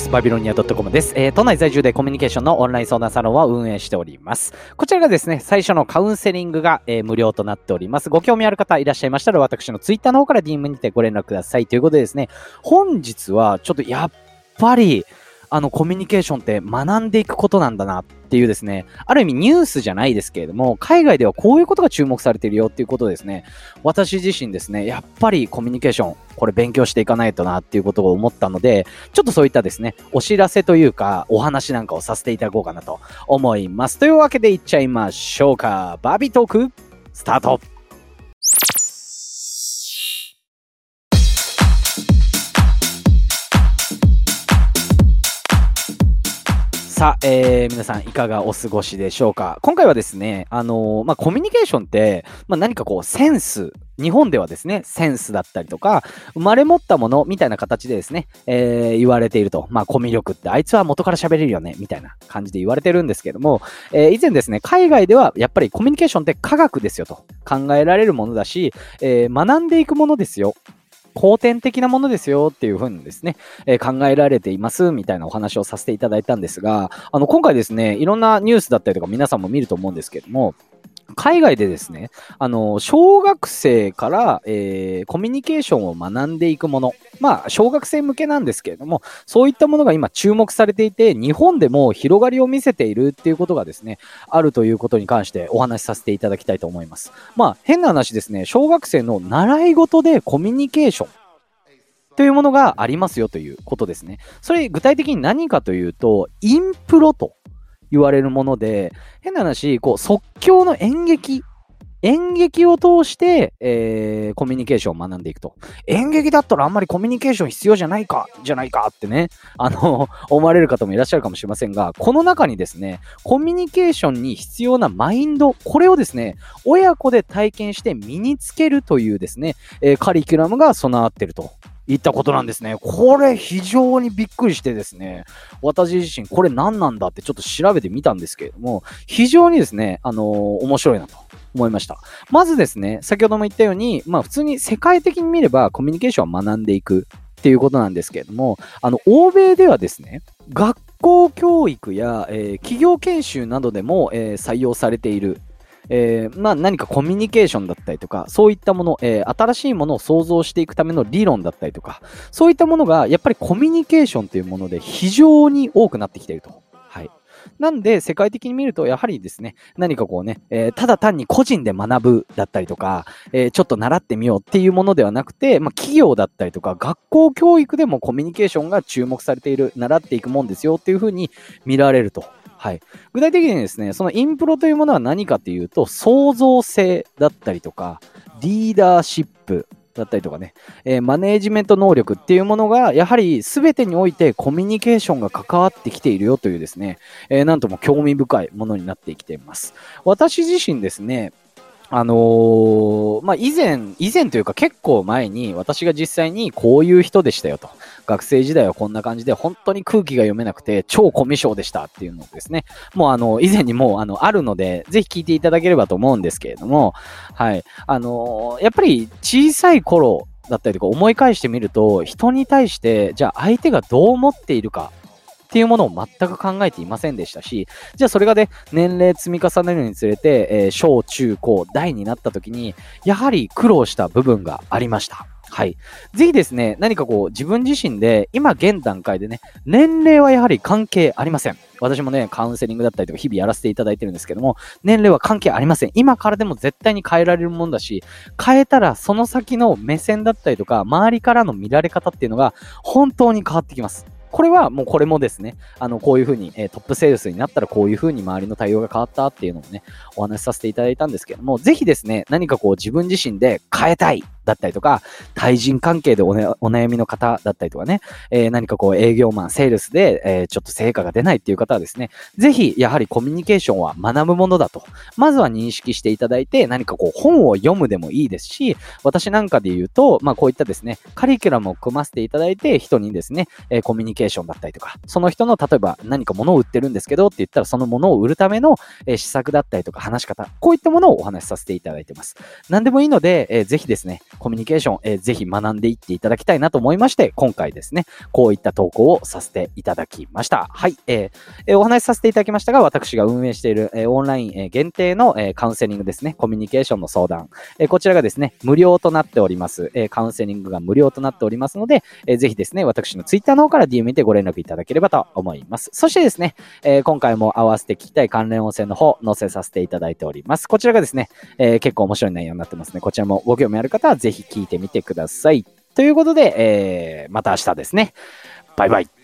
。バビロニア .com です。都内在住でコミュニケーションのオンライン相談サロンを運営しております。こちらがですね、最初のカウンセリングが、無料となっております。ご興味ある方いらっしゃいましたら、私のツイッターの方から DM にてご連絡ください。ということでですね、本日はちょっとやっぱり、コミュニケーションって学んでいくことなんだなっていうですね、ある意味ニュースじゃないですけれども、海外ではこういうことが注目されているよっていうことですね、私自身ですね、やっぱりコミュニケーション、これ勉強していかないとなっていうことを思ったので、ちょっとそういったですね、お知らせというか、お話なんかをさせていただこうかなと思います。というわけでいっちゃいましょうか。バビトーク、スタート。さあ、皆さんいかがお過ごしでしょうか。今回はですね、コミュニケーションって、何かこうセンス、日本ではですね、センスだったりとか、生まれ持ったものみたいな形でですね、言われていると。コミュ力ってあいつは元から喋れるよね、みたいな感じで言われてるんですけども、以前ですね、海外ではやっぱりコミュニケーションって科学ですよと考えられるものだし、学んでいくものですよ。後天的なものですよっていう風にですね、考えられていますみたいなお話をさせていただいたんですが、今回ですね、いろんなニュースだったりとか皆さんも見ると思うんですけども、海外でですね、小学生から、コミュニケーションを学んでいくもの、小学生向けなんですけれども、そういったものが今注目されていて、日本でも広がりを見せているっていうことがですね、あるということに関してお話しさせていただきたいと思います。変な話ですね、小学生の習い事でコミュニケーションというものがありますよということですね。それ具体的に何かというと、インプロと言われるもので、変な話、即興の演劇を通して、コミュニケーションを学んでいくと。演劇だったらあんまりコミュニケーション必要じゃないかってね、思われる方もいらっしゃるかもしれませんが、この中にですね、コミュニケーションに必要なマインド、これをですね、親子で体験して身につけるというですね、カリキュラムが備わっていると。いったことなんですね。これ非常にびっくりしてですね、私自身これ何なんだってちょっと調べてみたんですけれども、非常にですね、面白いなと思いました。まずですね、先ほども言ったように、普通に世界的に見ればコミュニケーションを学んでいくっていうことなんですけれども、欧米ではですね、学校教育や、企業研修などでも、採用されている何かコミュニケーションだったりとか、そういったもの、新しいものを創造していくための理論だったりとか、そういったものがやっぱりコミュニケーションというもので非常に多くなってきていると。はい。なんで世界的に見るとやはりですね、何かただ単に個人で学ぶだったりとか、ちょっと習ってみようっていうものではなくて、企業だったりとか学校教育でもコミュニケーションが注目されている、習っていくもんですよっていうふうに見られると。はい。具体的にですね、そのインプロというものは何かというと、創造性だったりとか、リーダーシップだったりとかね、マネージメント能力っていうものが、やはり全てにおいてコミュニケーションが関わってきているよというですね、なんとも興味深いものになってきています。私自身ですね、以前というか結構前に私が実際にこういう人でしたよと。学生時代はこんな感じで本当に空気が読めなくて超コミュ障でしたっていうのをですね、もう以前にもうあるので、ぜひ聞いていただければと思うんですけれども、はい。やっぱり小さい頃だったりとか思い返してみると、人に対して、じゃあ相手がどう思っているか、っていうものを全く考えていませんでしたし、じゃあそれがね、年齢積み重ねるにつれて、小中高大になった時に、やはり苦労した部分がありました。はい。ぜひですね、何か自分自身で、今現段階でね、年齢はやはり関係ありません。私もね、カウンセリングだったりとか日々やらせていただいてるんですけども、年齢は関係ありません。今からでも絶対に変えられるもんだし、変えたらその先の目線だったりとか、周りからの見られ方っていうのが本当に変わってきます。これはもうこれもですね、こういう風に、トップセールスになったらこういう風に周りの対応が変わったっていうのをね、お話しさせていただいたんですけども、ぜひですね、何か自分自身で変えたいだったりとか、対人関係でお悩みの方だったりとかね、何か営業マン、セールスで、ちょっと成果が出ないっていう方はですね、ぜひやはりコミュニケーションは学ぶものだと、まずは認識していただいて、何か本を読むでもいいですし、私なんかで言うと、こういったですね、カリキュラムを組ませていただいて、人にですね、コミュニケーションだったりとか、その人の例えば何か物を売ってるんですけどって言ったら、その物を売るための、施策だったりとか話し方、こういったものをお話しさせていただいてます。何でもいいので、ぜひですね、 コミュニケーション、ぜひ学んでいっていただきたいなと思いまして、今回ですね、こういった投稿をさせていただきました。はい。お話しさせていただきましたが、私が運営している、オンライン、限定の、カウンセリングですね、コミュニケーションの相談、こちらがですね、無料となっております。カウンセリングが無料となっておりますので、ぜひですね、私のツイッターの方から DM にてご連絡いただければと思います。そしてですね、今回も合わせて聞きたい関連音声の方、載せさせていただいております。こちらがですね、結構面白い内容になってますね。こちらもご興味ある方はぜひ聞いてみてください。ということで、また明日ですね。バイバイ。